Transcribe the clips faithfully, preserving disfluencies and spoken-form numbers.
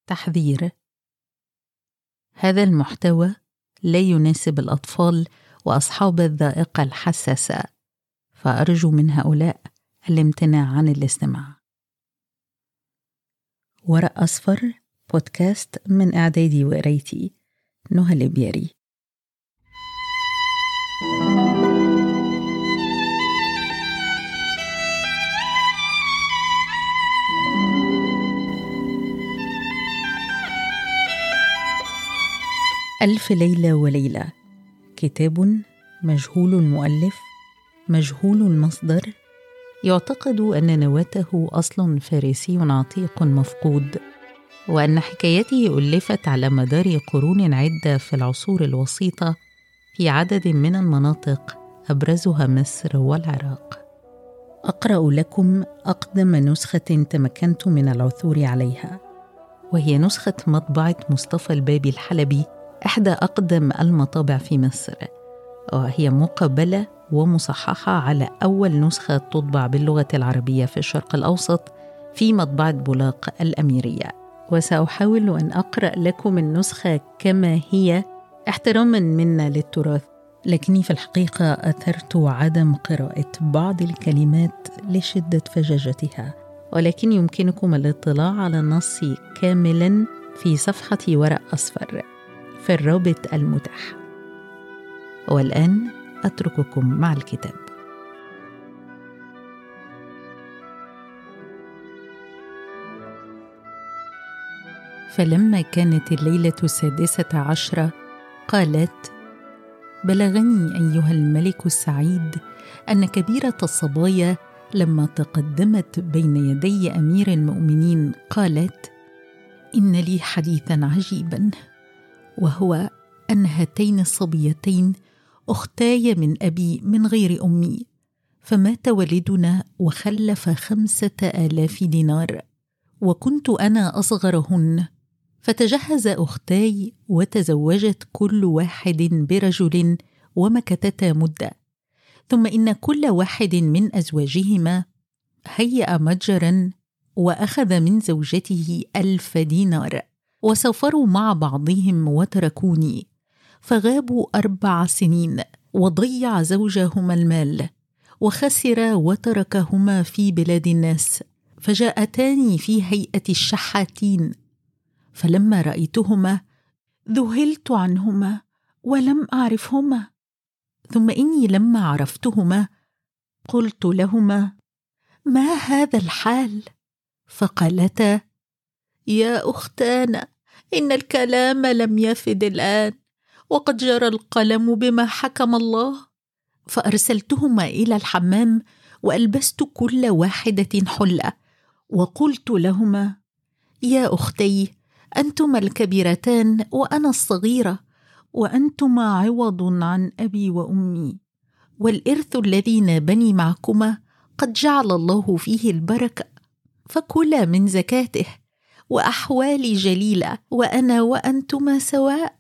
تحذير: هذا المحتوى لا يناسب الأطفال وأصحاب الذائقة الحساسة، فأرجو من هؤلاء الامتناع عن الاستماع. ورق أصفر بودكاست من إعدادي وقرايتي نهى البياري. ألف ليلة وليلة، كتاب مجهول المؤلف مجهول المصدر، يعتقد أن نواته أصل فارسي عتيق مفقود، وأن حكايته ألفت على مدار قرون عدة في العصور الوسيطة في عدد من المناطق أبرزها مصر والعراق. أقرأ لكم أقدم نسخة تمكنت من العثور عليها، وهي نسخة مطبعة مصطفى البابي الحلبي، إحدى أقدم المطابع في مصر، وهي مقبلة ومصححة على أول نسخة تطبع باللغة العربية في الشرق الأوسط في مطبعة بولاق الأميرية. وسأحاول أن أقرأ لكم النسخة كما هي احتراما منا للتراث، لكني في الحقيقة أثرت عدم قراءة بعض الكلمات لشدة فجاجتها، ولكن يمكنكم الاطلاع على النص كاملا في صفحة ورق أصفر في الرابط المتاح. والآن أترككم مع الكتاب. فلما كانت الليلة السادسة عشرة قالت: بلغني أيها الملك السعيد أن كبيرة الصبايا لما تقدمت بين يدي أمير المؤمنين قالت: إن لي حديثا عجيبا، وهو أن هاتين الصبيتين أختاي من أبي من غير أمي، فمات والدنا وخلف خمسة آلاف دينار، وكنت أنا أصغرهن، فتجهز أختاي وتزوجت كل واحد برجل ومكثتا مدة، ثم إن كل واحد من أزواجهما هيأ متجرا وأخذ من زوجته ألف دينار، وسافروا مع بعضهم وتركوني، فغابوا أربع سنين، وضيع زوجهما المال وخسر وتركهما في بلاد الناس، فجاءتاني في هيئة الشحاتين، فلما رأيتهما ذهلت عنهما ولم أعرفهما، ثم إني لما عرفتهما قلت لهما: ما هذا الحال؟ فقالتا: يا أختانا، إن الكلام لم يفد الآن، وقد جرى القلم بما حكم الله. فأرسلتهما إلى الحمام، وألبست كل واحدة حلة، وقلت لهما: يا أختي، أنتما الكبيرتان وأنا الصغيرة، وأنتما عوض عن أبي وأمي، والإرث الذي نابني معكما قد جعل الله فيه البركة، فكلا من زكاته، وأحوالي جليلة وأنا وأنتما سواء.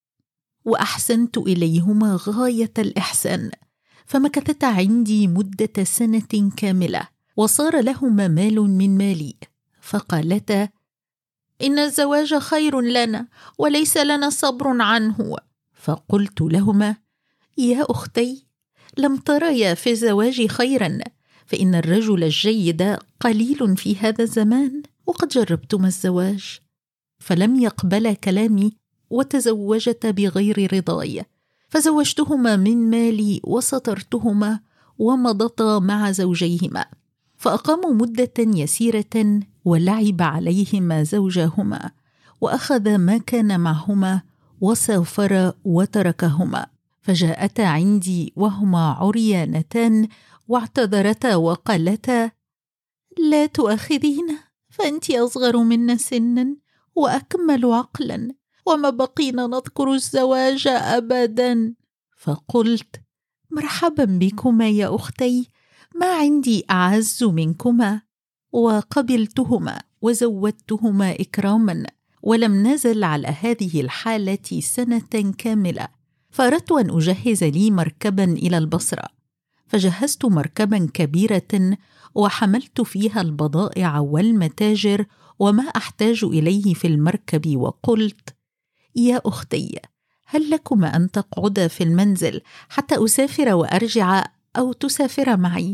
وأحسنت إليهما غاية الإحسان، فمكثتا عندي مدة سنة كاملة، وصار لهما مال من مالي، فقالتا: إن الزواج خير لنا وليس لنا صبر عنه. فقلت لهما: يا أختي، لم تريا في الزواج خيرا، فإن الرجل الجيد قليل في هذا الزمان، وقد جربتما الزواج. فلم يقبل كلامي وتزوجتا بغير رضاي، فزوجتهما من مالي وسترتهما، ومضتا مع زوجيهما، فأقاموا مدة يسيرة، ولعب عليهما زوجهما، وأخذ ما كان معهما وسافر وتركهما، فجاءتا عندي وهما عريانتان، واعتذرتا وقالتا: لا تؤاخذينا، فأنت أصغر منا سنا وأكمل عقلا، وما بقينا نذكر الزواج أبدا. فقلت: مرحبا بكما يا أختي، ما عندي أعز منكما. وقبلتهما وزودتهما إكراما، ولم نزل على هذه الحالة سنة كاملة. فأردت أن أجهز لي مركبا إلى البصرة، فجهزت مركبا كبيرة وحملت فيها البضائع والمتاجر وما أحتاج إليه في المركب، وقلت: يا أختي، هل لكما أن تقعدا في المنزل حتى أسافر وأرجع، أو تسافر معي؟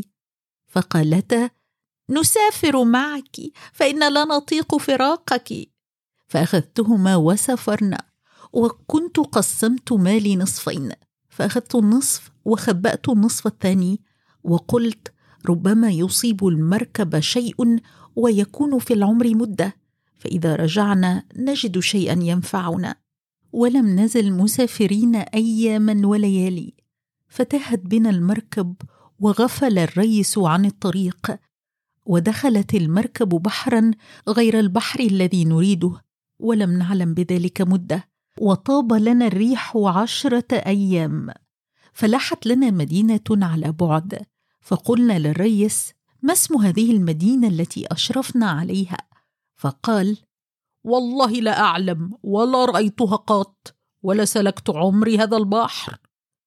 فقالتا: نسافر معك، فإن لا نطيق فراقك. فأخذتهما وسافرنا، وكنت قسمت مالي نصفين، فأخذت النصف وخبأت النصف الثاني، وقلت: ربما يصيب المركب شيء ويكون في العمر مدة، فإذا رجعنا نجد شيئا ينفعنا. ولم نزل مسافرين أياما وليالي، فتهت بنا المركب وغفل الريس عن الطريق، ودخلت المركب بحرا غير البحر الذي نريده، ولم نعلم بذلك مدة، وطاب لنا الريح عشرة أيام، فلحت لنا مدينة على بعد، فقلنا للريس: ما اسم هذه المدينة التي أشرفنا عليها؟ فقال: والله لا أعلم، ولا رأيتها قط، ولا سلكت عمري هذا البحر،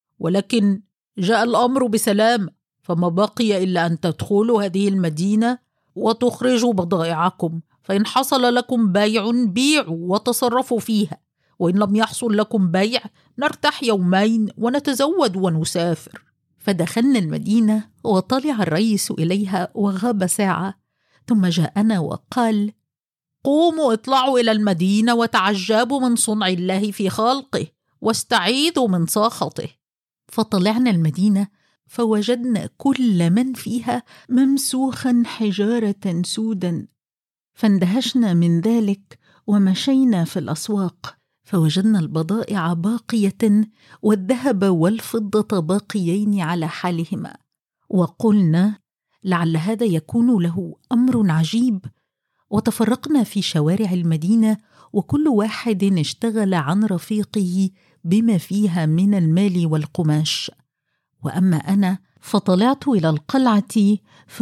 ولكن جاء الأمر بسلام، فما بقي إلا أن تدخلوا هذه المدينة وتخرجوا بضائعكم، فإن حصل لكم بيع بيعوا وتصرفوا فيها، وإن لم يحصل لكم بيع نرتاح يومين ونتزود ونسافر. فدخلنا المدينة، وطلع الريس إليها وغاب ساعة، ثم جاءنا وقال: قوموا اطلعوا إلى المدينة وتعجبوا من صنع الله في خلقه، واستعيذوا من سخطه. فطلعنا المدينة، فوجدنا كل من فيها ممسوخا حجارة سودا، فاندهشنا من ذلك، ومشينا في الأسواق، فوجدنا البضائع باقية، والذهب والفضة باقيين على حالهما، وقلنا: لعل هذا يكون له أمر عجيب. وتفرقنا في شوارع المدينة، وكل واحد اشتغل عن رفيقه بما فيها من المال والقماش. وأما أنا فطلعت إلى القلعة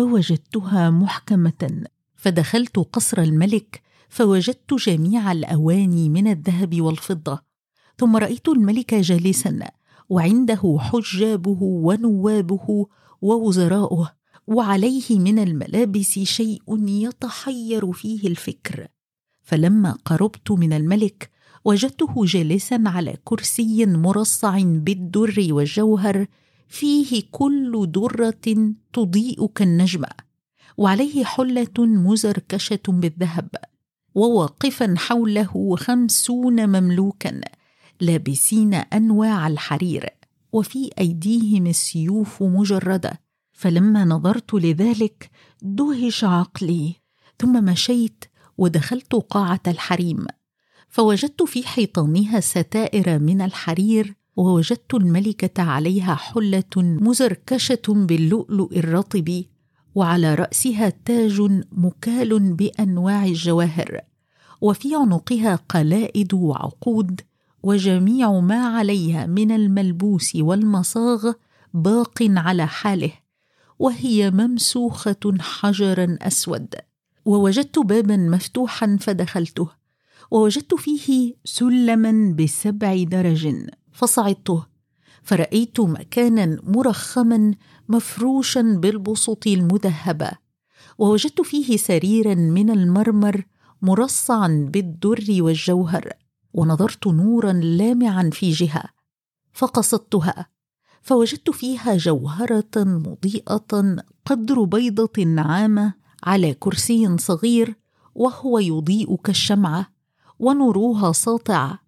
فوجدتها محكمة، فدخلت قصر الملك فوجدت جميع الأواني من الذهب والفضة، ثم رأيت الملك جالسا، وعنده حجابه ونوابه ووزراؤه، وعليه من الملابس شيء يتحير فيه الفكر. فلما قربت من الملك وجدته جالسا على كرسي مرصع بالدر والجوهر، فيه كل درة تضيء كالنجمة، وعليه حلة مزركشة بالذهب، وواقفا حوله خمسون مملوكا لابسين أنواع الحرير، وفي أيديهم السيوف مجردة. فلما نظرت لذلك دهش عقلي، ثم مشيت ودخلت قاعة الحريم، فوجدت في حيطانها ستائر من الحرير، ووجدت الملكة عليها حلة مزركشة باللؤلؤ الرطب، وعلى رأسها تاج مكال بأنواع الجواهر، وفي عنقها قلائد وعقود، وجميع ما عليها من الملبوس والمصاغ باق على حاله، وهي ممسوخة حجرا أسود. ووجدت بابا مفتوحا فدخلته، ووجدت فيه سلما بسبع درج، فصعدته، فرأيت مكانا مرخما مفروشا بالبسط المذهبة، ووجدت فيه سريرا من المرمر مرصعا بالدر والجوهر، ونظرت نورا لامعا في جهة، فقصدتها، فوجدت فيها جوهرة مضيئة قدر بيضة النعامة على كرسي صغير، وهو يضيء كالشمعة، ونورها ساطع،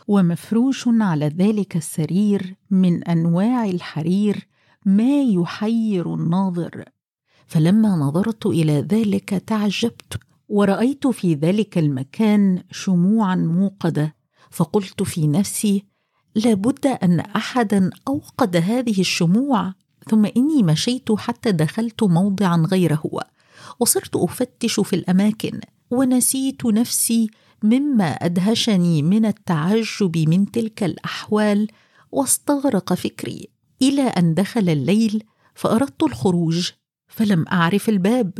ومفروش على ذلك السرير من أنواع الحرير ما يحير الناظر. فلما نظرت إلى ذلك تعجبت، ورأيت في ذلك المكان شموعا موقدة، فقلت في نفسي: لابد أن أحدا أوقد هذه الشموع. ثم إني مشيت حتى دخلت موضعا غيره، وصرت أفتش في الأماكن، ونسيت نفسي مما أدهشني من التعجب من تلك الأحوال، واستغرق فكري، إلى أن دخل الليل، فأردت الخروج فلم أعرف الباب،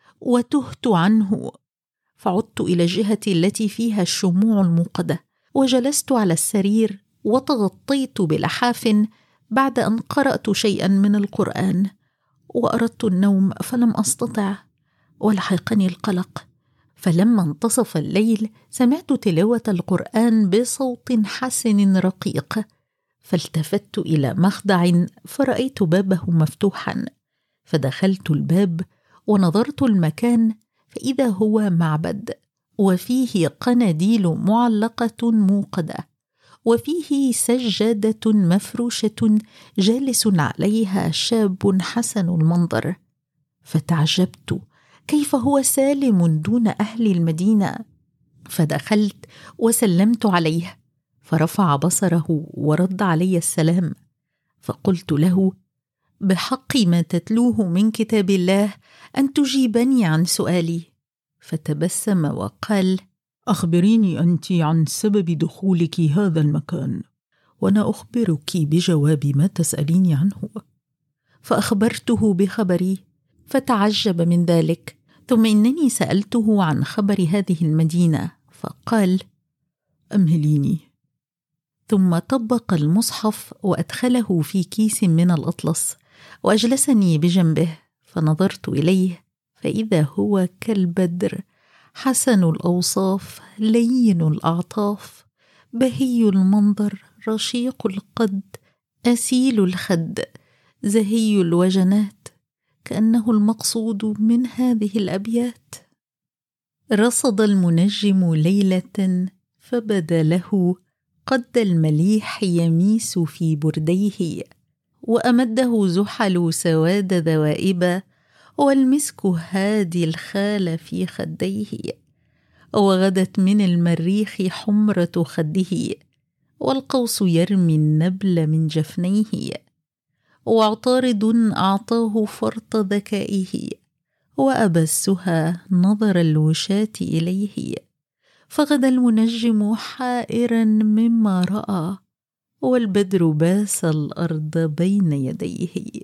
وتهت عنه، فعدت إلى الجهة التي فيها الشموع الموقدة، وجلست على السرير وتغطيت بلحاف بعد أن قرأت شيئا من القرآن، وأردت النوم فلم أستطع، ولحقني القلق، فلما انتصف الليل سمعت تلاوة القرآن بصوت حسن رقيق، فالتفت إلى مخدع فرأيت بابه مفتوحا، فدخلت الباب ونظرت المكان، فإذا هو معبد، وفيه قناديل معلقة موقدة، وفيه سجادة مفروشة جالس عليها شاب حسن المنظر. فتعجبت كيف هو سالم دون أهل المدينة، فدخلت وسلمت عليه، فرفع بصره ورد علي السلام، فقلت له: بحق ما تتلوه من كتاب الله أن تجيبني عن سؤالي. فتبسم وقال: أخبريني أنت عن سبب دخولك هذا المكان، وأنا أخبرك بجواب ما تسأليني عنه. فأخبرته بخبري، فتعجب من ذلك، ثم إنني سألته عن خبر هذه المدينة، فقال: أمهليني. ثم طبق المصحف وأدخله في كيس من الأطلس، وأجلسني بجنبه، فنظرت إليه فإذا هو كالبدر، حسن الأوصاف، لين الأعطاف، بهي المنظر، رشيق القد، أسيل الخد، زهي الوجنات، كأنه المقصود من هذه الأبيات. رصد المنجم ليلة فبدا له قد المليح يميس في برديه، وأمده زحل سواد ذوائب، والمسك هادي الخال في خديه، وغدت من المريخ حمرة خده، والقوس يرمي النبل من جفنيه، وعطارد أعطاه فرط ذكائه، وأبى السهى نظر الوشاة إليه، فغدا المنجم حائرا مما رأى، والبدر باس الأرض بين يديه.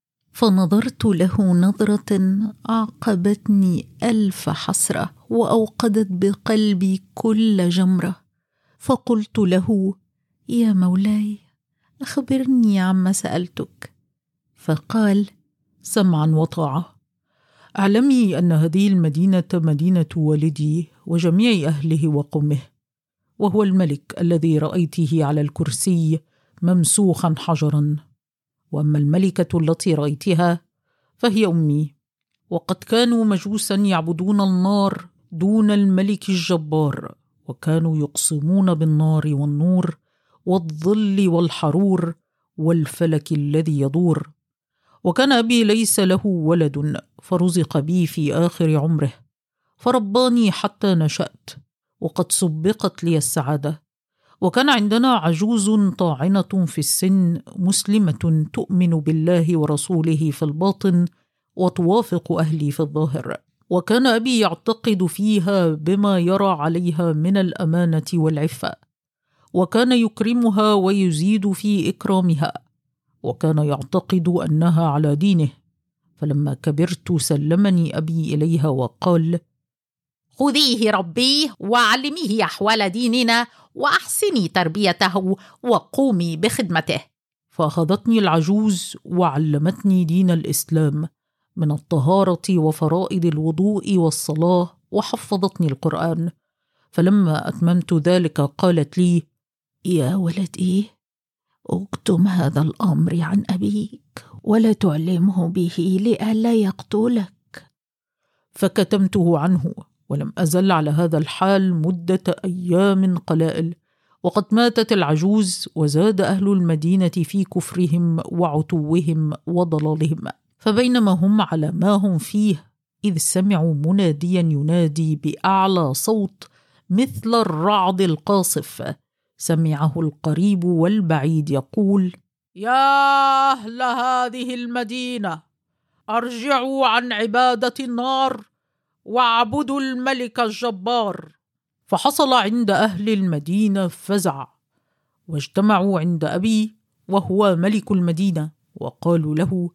فنظرت له نظرة أعقبتني ألف حسرة، وأوقدت بقلبي كل جمرة، فقلت له: يا مولاي، أخبرني عما سألتك. فقال: سمعا وطاعة. اعلمي أن هذه المدينة مدينة والدي وجميع أهله وقومه، وهو الملك الذي رأيته على الكرسي ممسوخا حجرا، وأما الملكة التي رأيتها فهي أمي، وقد كانوا مجوسا يعبدون النار دون الملك الجبار، وكانوا يقسمون بالنار والنور والظل والحرور والفلك الذي يدور. وكان أبي ليس له ولد، فرزق بي في آخر عمره، فرباني حتى نشأت، وقد سبقت لي السعادة. وكان عندنا عجوز طاعنة في السن، مسلمة تؤمن بالله ورسوله في الباطن، وتوافق أهلي في الظاهر. وكان أبي يعتقد فيها بما يرى عليها من الأمانة والعفة، وكان يكرمها ويزيد في إكرامها، وكان يعتقد أنها على دينه. فلما كبرت سلمني أبي إليها وقال: خذيه ربيه وعلميه أحوال ديننا، وأحسني تربيته، وقومي بخدمته. فأخذتني العجوز وعلمتني دين الإسلام من الطهارة وفرائض الوضوء والصلاة، وحفظتني القرآن. فلما أتممت ذلك قالت لي: يا ولدي، اكتم هذا الأمر عن أبيك، ولا تعلمه به لئلا يقتلك. فكتمته عنه، ولم أزل على هذا الحال مدة أيام قلائل، وقد ماتت العجوز، وزاد أهل المدينة في كفرهم وعتوهم وضلالهم. فبينما هم على ما هم فيه، إذ سمعوا مناديا ينادي بأعلى صوت مثل الرعد القاصف، سمعه القريب والبعيد يقول: يا أهل هذه المدينة، أرجعوا عن عبادة النار واعبدوا الملك الجبار. فحصل عند أهل المدينة فزع، واجتمعوا عند أبي وهو ملك المدينة، وقالوا له: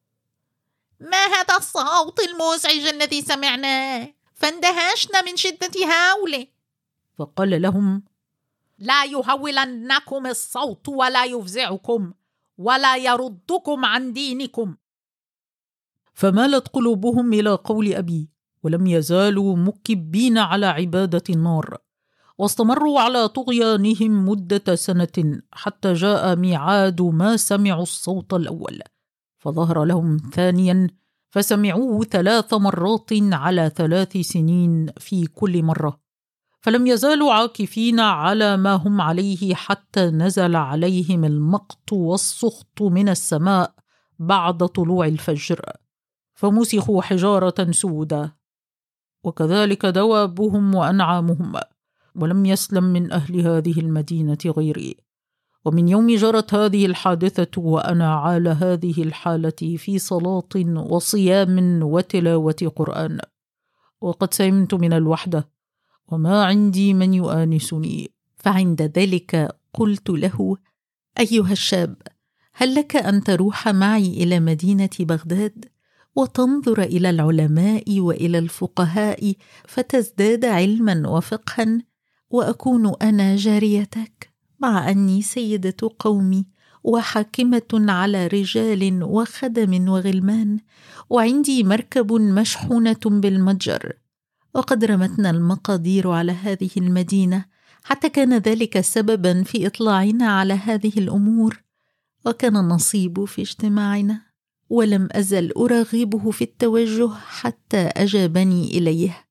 ما هذا الصوت المزعج الذي سمعناه؟ فاندهشنا من شدة هوله. فقال لهم: لا يهولنكم الصوت ولا يفزعكم ولا يردكم عن دينكم. فمالت قلوبهم إلى قول أبي، ولم يزالوا مكبين على عبادة النار، واستمروا على طغيانهم مدة سنة حتى جاء ميعاد ما سمعوا الصوت الأول، فظهر لهم ثانيا فسمعوه ثلاث مرات على ثلاث سنين في كل مرة، فلم يزالوا عاكفين على ما هم عليه حتى نزل عليهم المقت والسخط من السماء بعد طلوع الفجر، فمسخوا حجارة سودة، وكذلك دوابهم وأنعامهم، ولم يسلم من أهل هذه المدينة غيري. ومن يوم جرت هذه الحادثة وأنا على هذه الحالة في صلاة وصيام وتلاوة قرآن، وقد سئمت من الوحدة وما عندي من يؤانسني. فعند ذلك قلت له: أيها الشاب، هل لك أن تروح معي إلى مدينة بغداد وتنظر إلى العلماء وإلى الفقهاء فتزداد علما وفقها، وأكون أنا جاريتك، مع أني سيدة قومي وحاكمة على رجال وخدم وغلمان، وعندي مركب مشحونة بالمتجر، وقد رمتنا المقادير على هذه المدينة حتى كان ذلك سببا في إطلاعنا على هذه الأمور، وكان النصيب في اجتماعنا، ولم أزل أراغبه في التوجه حتى أجابني إليه.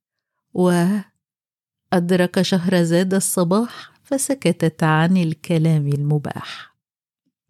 وأدرك شهرزاد الصباح فسكتت عن الكلام المباح.